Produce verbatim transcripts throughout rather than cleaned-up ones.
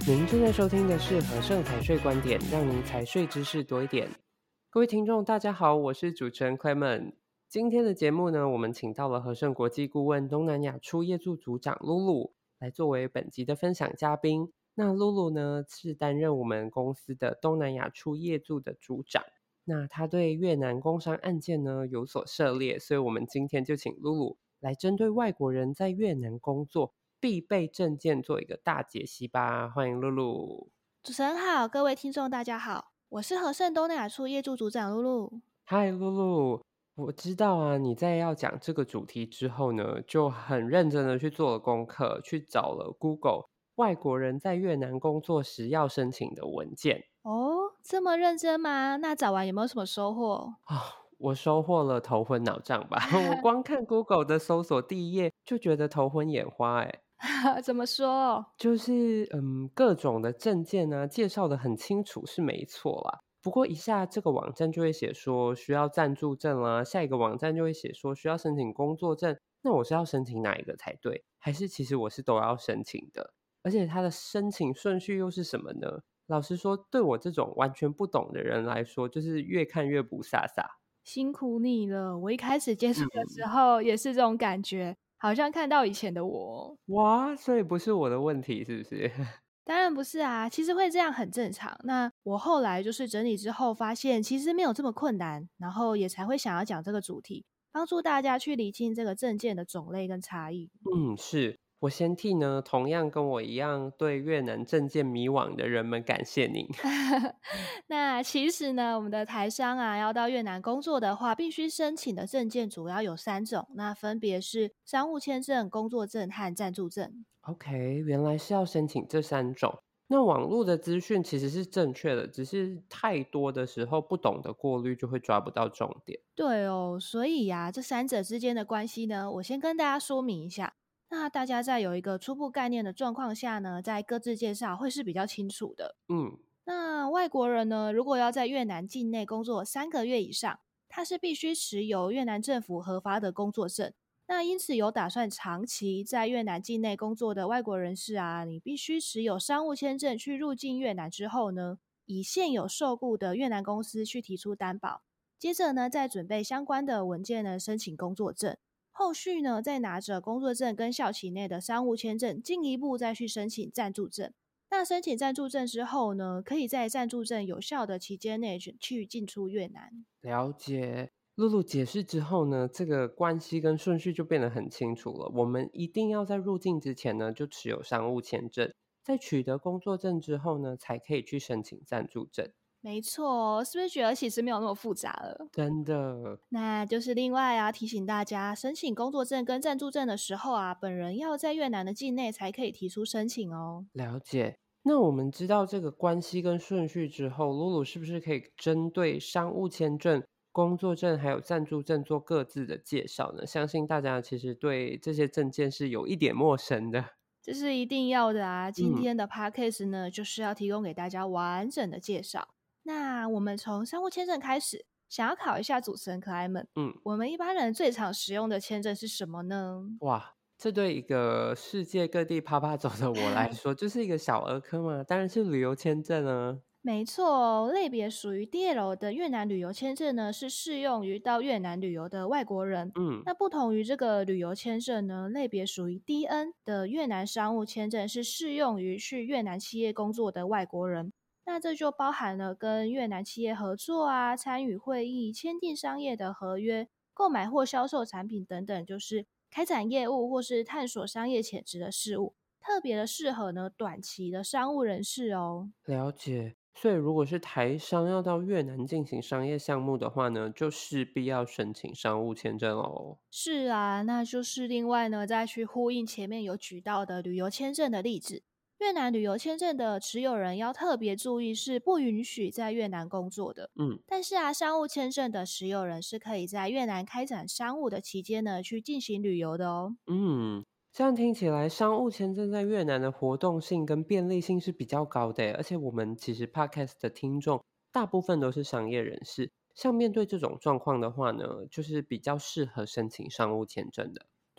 您正在收听的是和盛财税观点，让您财税知识多一点。各位听众大家好，我是主持人 Clement。 今天的节目呢，我们请到了和盛国际顾问东南亚处业组组长露露来作为本集的分享嘉宾。那露露呢，是担任我们公司的东南亚处业组的组长，那他对越南工商案件呢有所涉猎，所以我们今天就请露露来针对外国人在越南工作必备证件做一个大解析吧。欢迎露露。 主持人好，各位听众大家好，我是和盛东南亚处业组组长露露。 嗨，露露，我知道啊，你在要讲这个主题之后呢，就很认真的去做了功课，去找了 Google 外国人在越南工作时要申请的文件哦，这么认真吗？那早完有没有什么收获？ 啊。我收获了头昏脑胀吧。我光看 Google 的搜索第一页就觉得头昏眼花哎。 怎么说？ 就是嗯，各种的证件啊，介绍的很清楚是没错啦。不过一下这个网站就会写说需要暂住证啦，下一个网站就会写说需要申请工作证，那我是要申请哪一个才对？还是其实我是都要申请的？而且它的申请顺序又是什么呢？老实说，对我这种完全不懂的人来说，就是越看越不飒飒。 辛苦你了，我一开始接触的嗯， 时候也是这种感觉，好像看到以前的我。 哇，所以不是我的问题是不是？ 当然不是啊，其实会这样很正常。那我后来就是整理之后发现，其实没有这么困难，然后也才会想要讲这个主题，帮助大家去厘清这个证件的种类跟差异。 嗯，是。我先替呢，同样跟我一样对越南政见迷惘的人们感谢您。 那其实呢，我们的台商啊，要到越南工作的话，必须申请的证件主要有三种，那分别是商务签证、工作证和暂住证。 OK，原来是要申请这三种。那网络的资讯其实是正确的，只是太多的时候不懂得过滤，就会抓不到重点。 对哦，所以呀、这三者之间的关系呢，我先跟大家说明一下。那大家在有一个初步概念的状况下呢，在各自介绍会是比较清楚的。 嗯， 那外国人呢，如果要在越南境内工作三个月以上，他是必须持有越南政府核发的工作证。那因此有打算长期在越南境内工作的外国人士啊，你必须持有商务签证去入境越南之后呢，以现有受雇的越南公司去提出担保，接着呢，再准备相关的文件呢，申请工作证。后续呢，再拿着工作证跟效期内的商务签证，进一步再去申请暂住证。那申请暂住证之后呢，可以在暂住证有效的期间内去进出越南。 了解。露露解释之后呢，这个关系跟顺序就变得很清楚了。我们一定要在入境之前呢，就持有商务签证，在取得工作证之后呢，才可以去申请暂住证。 没错，是不是觉得其实没有那么复杂了？ 真的。 那就是另外啊，提醒大家，申请工作证跟暂住证的时候啊，本人要在越南的境内才可以提出申请哦。 了解。那我们知道这个关系跟顺序之后，露露是不是可以针对商务签证、工作证还有暂住证做各自的介绍呢？相信大家其实对这些证件是有一点陌生的。 这是一定要的啊！今嗯， 天的 podcast 呢，就是要提供给大家完整的介绍。那我们从商务签证开始，想要考一下主持人可爱们， 嗯， 我们一般人最常使用的签证是什么呢？ 哇，这对一个世界各地啪啪走的我来说，就是一个小儿科嘛，当然是旅游签证啊。 没错，类别属于 D L 的越南旅游签证呢，是适用于到越南旅游的外国人。 嗯那不同于这个旅游签证呢，类别属于 D N 的越南商务签证是适用于去越南企业工作的外国人。那这就包含了跟越南企业合作啊、参与会议、签订商业的合约、购买或销售产品等等，就是开展业务或是探索商业潜质的事物，特别的适合呢短期的商务人士哦。 了解。所以如果是台商要到越南进行商业项目的话呢，就势必要申请商务签证哦。 是啊，那就是另外呢，再去呼应前面有举到的旅游签证的例子。越南旅游签证的持有人要特别注意，是不允许在越南工作的。 嗯。 但是啊，商务签证的持有人是可以在越南开展商务的期间呢，去进行旅游的哦。 嗯，这样听起来，商务签证在越南的活动性跟便利性是比较高的耶，而且我们其实 Podcast 的听众大部分都是商业人士，像面对这种状况的话呢，就是比较适合申请商务签证的。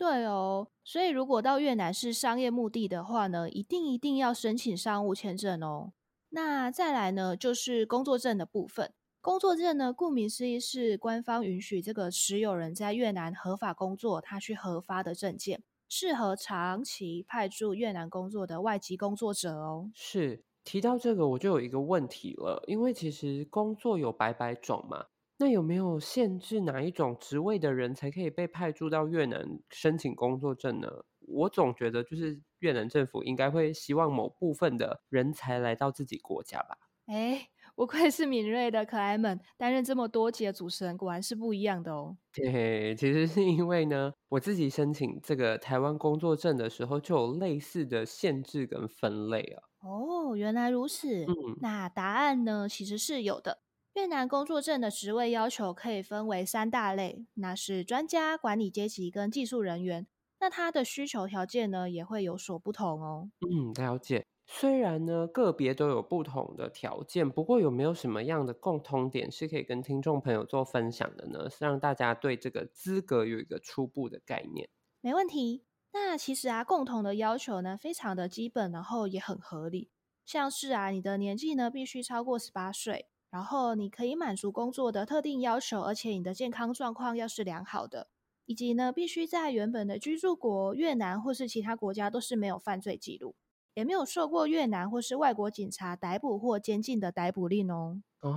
对哦，所以如果到越南是商业目的的话呢，一定一定要申请商务签证哦。那再来呢，就是工作证的部分。工作证呢，顾名思义是官方允许这个持有人在越南合法工作，他去核发的证件，适合长期派驻越南工作的外籍工作者哦。 是，提到这个我就有一个问题了，因为其实工作有百百种嘛，那有没有限制哪一种职位的人才可以被派驻到越南申请工作证呢？我总觉得就是越南政府应该会希望某部分的人才来到自己国家吧。 哎，不愧是敏锐的可爱们，担任这么多集的主持人果然是不一样的哦。 嘿嘿，其实是因为呢，我自己申请这个台湾工作证的时候，就有类似的限制跟分类啊。 哦，原来如此。 嗯那答案呢，其实是有的。越南工作证的职位要求可以分为三大类，那是专家、管理阶级跟技术人员。那它的需求条件呢，也会有所不同哦。 嗯，了解。虽然呢，个别都有不同的条件，不过有没有什么样的共通点是可以跟听众朋友做分享的呢？是让大家对这个资格有一个初步的概念。 没问题。那其实啊，共同的要求呢，非常的基本，然后也很合理。像是啊，你的年纪呢必须超过十八岁，然后你可以满足工作的特定要求，而且你的健康状况要是良好的，以及呢必须在原本的居住国越南或是其他国家都是没有犯罪记录，也没有受过越南或是外国警察逮捕或监禁的逮捕令哦。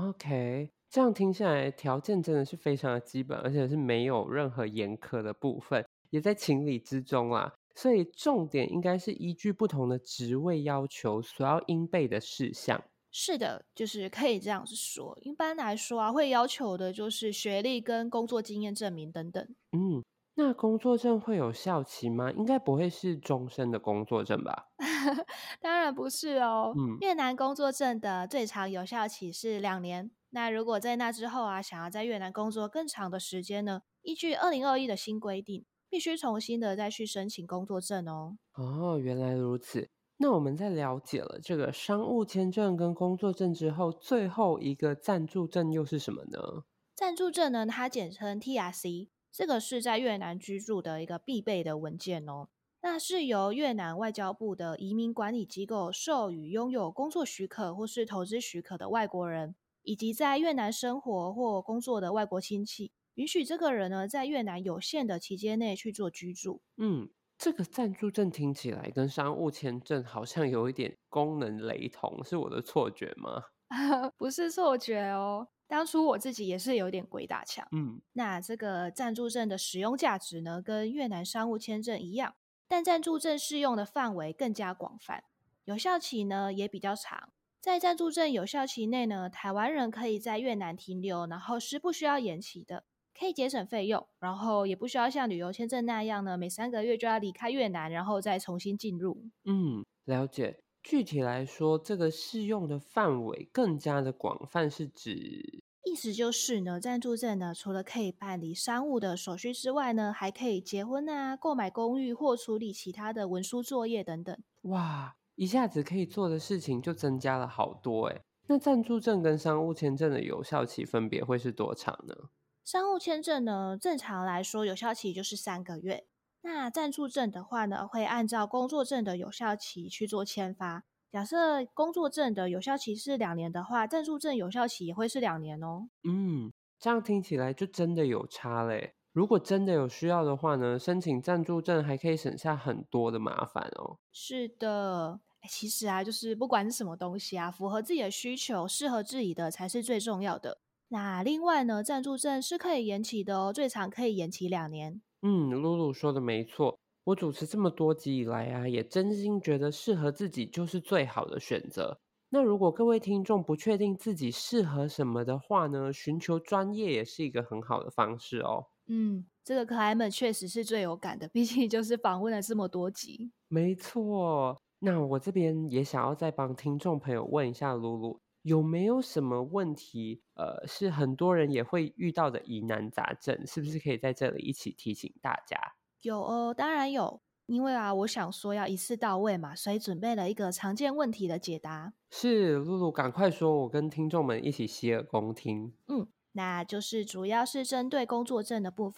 OK，这样听下来，条件真的是非常的基本，而且是没有任何严苛的部分，也在情理之中啦。所以重点应该是依据不同的职位要求所要应备的事项。 是的，就是可以这样子说。一般来说啊，会要求的就是学历跟工作经验证明等等。 嗯，那工作证会有效期吗？应该不会是终身的工作证吧？ 当然不是哦， 嗯。 越南工作证的最长有效期是两年。那如果在那之后啊，想要在越南工作更长的时间呢，依据二零二一的新规定，必须重新的再去申请工作证哦。 哦，原来如此。那我们在了解了这个商务签证跟工作证之后，最后一个暂住证又是什么呢？ 暂住证呢，它简称 T R C，这个是在越南居住的一个必备的文件哦。那是由越南外交部的移民管理机构授予拥有工作许可或是投资许可的外国人，以及在越南生活或工作的外国亲戚，允许这个人呢在越南有限的期间内去做居住。 嗯，这个暂住证听起来跟商务签证好像有一点功能雷同，是我的错觉吗？ 不是错觉哦，当初我自己也是有点鬼打墙。 嗯， 那这个暂住证的使用价值呢，跟越南商务签证一样，但暂住证适用的范围更加广泛，有效期呢也比较长。在暂住证有效期内呢，台湾人可以在越南停留，然后是不需要延期的，可以节省费用，然后也不需要像旅游签证那样呢，每三个月就要离开越南，然后再重新进入。 嗯，了解。具体来说，这个适用的范围更加的广泛，是指意思就是呢，暂住证呢，除了可以办理商务的手续之外呢，还可以结婚啊、购买公寓或处理其他的文书作业等等。 哇，一下子可以做的事情就增加了好多诶。那暂住证跟商务签证的有效期分别会是多长呢？ 商务签证呢，正常来说有效期就是三个月。那暂住证的话呢，会按照工作证的有效期去做签发。假设工作证的有效期是两年的话，暂住证有效期也会是两年哦。 嗯，这样听起来就真的有差嘞。如果真的有需要的话呢，申请暂住证还可以省下很多的麻烦哦。 是的，诶其实啊，就是不管是什么东西啊，符合自己的需求、适合自己的才是最重要的。那另外呢，暂住证是可以延期的哦，最长可以延期两年。 嗯，露露说的没错，我主持这么多集以来啊，也真心觉得适合自己就是最好的选择。那如果各位听众不确定自己适合什么的话呢，寻求专业也是一个很好的方式哦。 嗯，这个可爱们确实是最有感的，毕竟就是访问了这么多集。 没错，那我这边也想要再帮听众朋友问一下露露，有没有什么问题，呃，是很多人也会遇到的疑难杂症，是不是可以在这里一起提醒大家？ 有哦，当然有，因为啊，我想说要一次到位嘛，所以准备了一个常见问题的解答。 是，露露赶快说，我跟听众们一起洗耳恭听。 嗯，那就是主要是针对工作证的部分。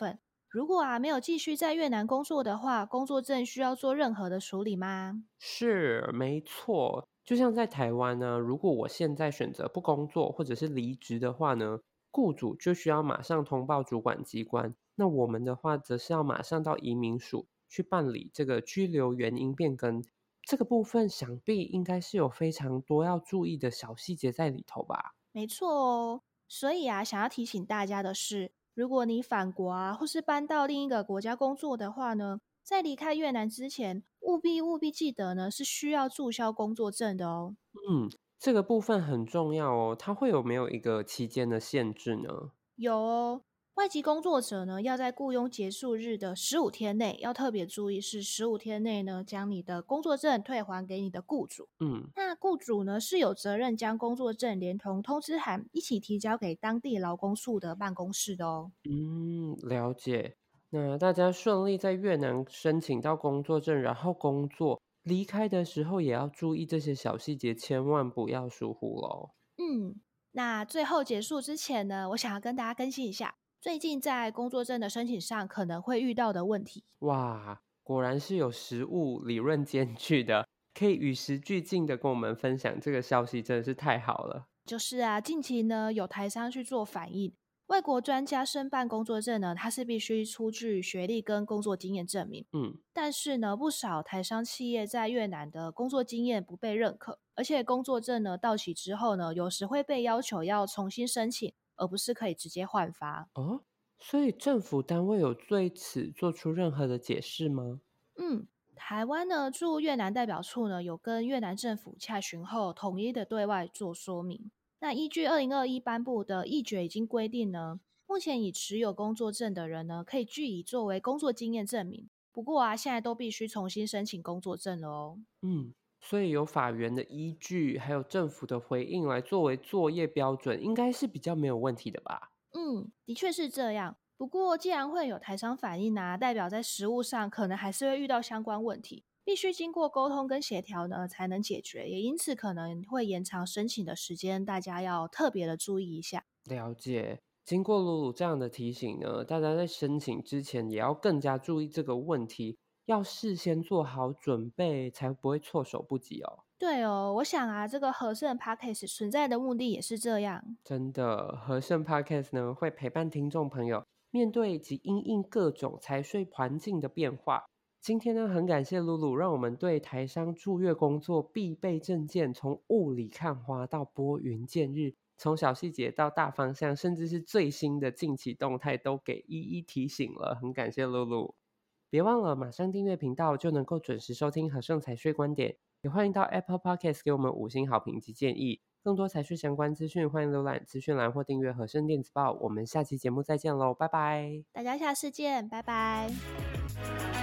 如果啊没有继续在越南工作的话，工作证需要做任何的处理吗？ 是，没错。就像在台湾呢，如果我现在选择不工作或者是离职的话呢，雇主就需要马上通报主管机关。那我们的话，则是要马上到移民署去办理这个居留原因变更。这个部分想必应该是有非常多要注意的小细节在里头吧？ 没错哦。所以啊，想要提醒大家的是，如果你返国啊，或是搬到另一个国家工作的话呢，在离开越南之前，务必务必记得呢，是需要注销工作证的哦。 嗯，这个部分很重要哦。它会有没有一个期间的限制呢？ 有哦，外籍工作者呢，要在雇佣结束日的十五天内，要特别注意是十五天内呢，将你的工作证退还给你的雇主。 嗯。 那雇主呢是有责任将工作证连同通知函一起提交给当地劳工处的办公室的哦。 嗯，了解。那大家顺利在越南申请到工作证，然后工作，离开的时候也要注意这些小细节，千万不要疏忽咯。 嗯，那最后结束之前呢，我想要跟大家更新一下，最近在工作证的申请上可能会遇到的问题。 哇，果然是有实务理论兼具的，可以与时俱进的跟我们分享这个消息，真的是太好了。 就是啊，近期呢有台商去做反映，外国专家申办工作证呢，它是必须出具学历跟工作经验证明。 嗯。 但是呢，不少台商企业在越南的工作经验不被认可，而且工作证呢到期之后呢，有时会被要求要重新申请，而不是可以直接换发。 哦，所以政府单位有对此做出任何的解释吗？ 嗯，台湾呢驻越南代表处呢有跟越南政府洽询后，统一的对外做说明。那依据二零二一颁布的议决已经规定呢，目前已持有工作证的人呢，可以据以作为工作经验证明。不过啊，现在都必须重新申请工作证了哦。 嗯，所以有法源的依据，还有政府的回应来作为作业标准，应该是比较没有问题的吧？ 嗯，的确是这样。不过，既然会有台商反映啊，代表在实务上可能还是会遇到相关问题，必须经过沟通跟协调呢才能解决，也因此可能会延长申请的时间，大家要特别的注意一下。 了解。经过露露这样的提醒呢，大家在申请之前也要更加注意这个问题，要事先做好准备，才不会措手不及哦。 对哦，我想啊，这个和盛 Podcast 存在的目的也是这样。 真的，和盛 Podcast 呢会陪伴听众朋友面对及因应各种财税环境的变化。今天呢，很感谢露露，让我们对台商驻越工作必备证件，从雾里看花到拨云见日，从小细节到大方向，甚至是最新的近期动态，都给一一提醒了。很感谢露露，别忘了马上订阅频道，就能够准时收听和盛财税观点。也欢迎到 Apple Podcast 给我们五星好评及建议。更多财税相关资讯，欢迎浏览资讯栏或订阅和盛电子报。我们下期节目再见喽，拜拜。 大家下次见，拜拜。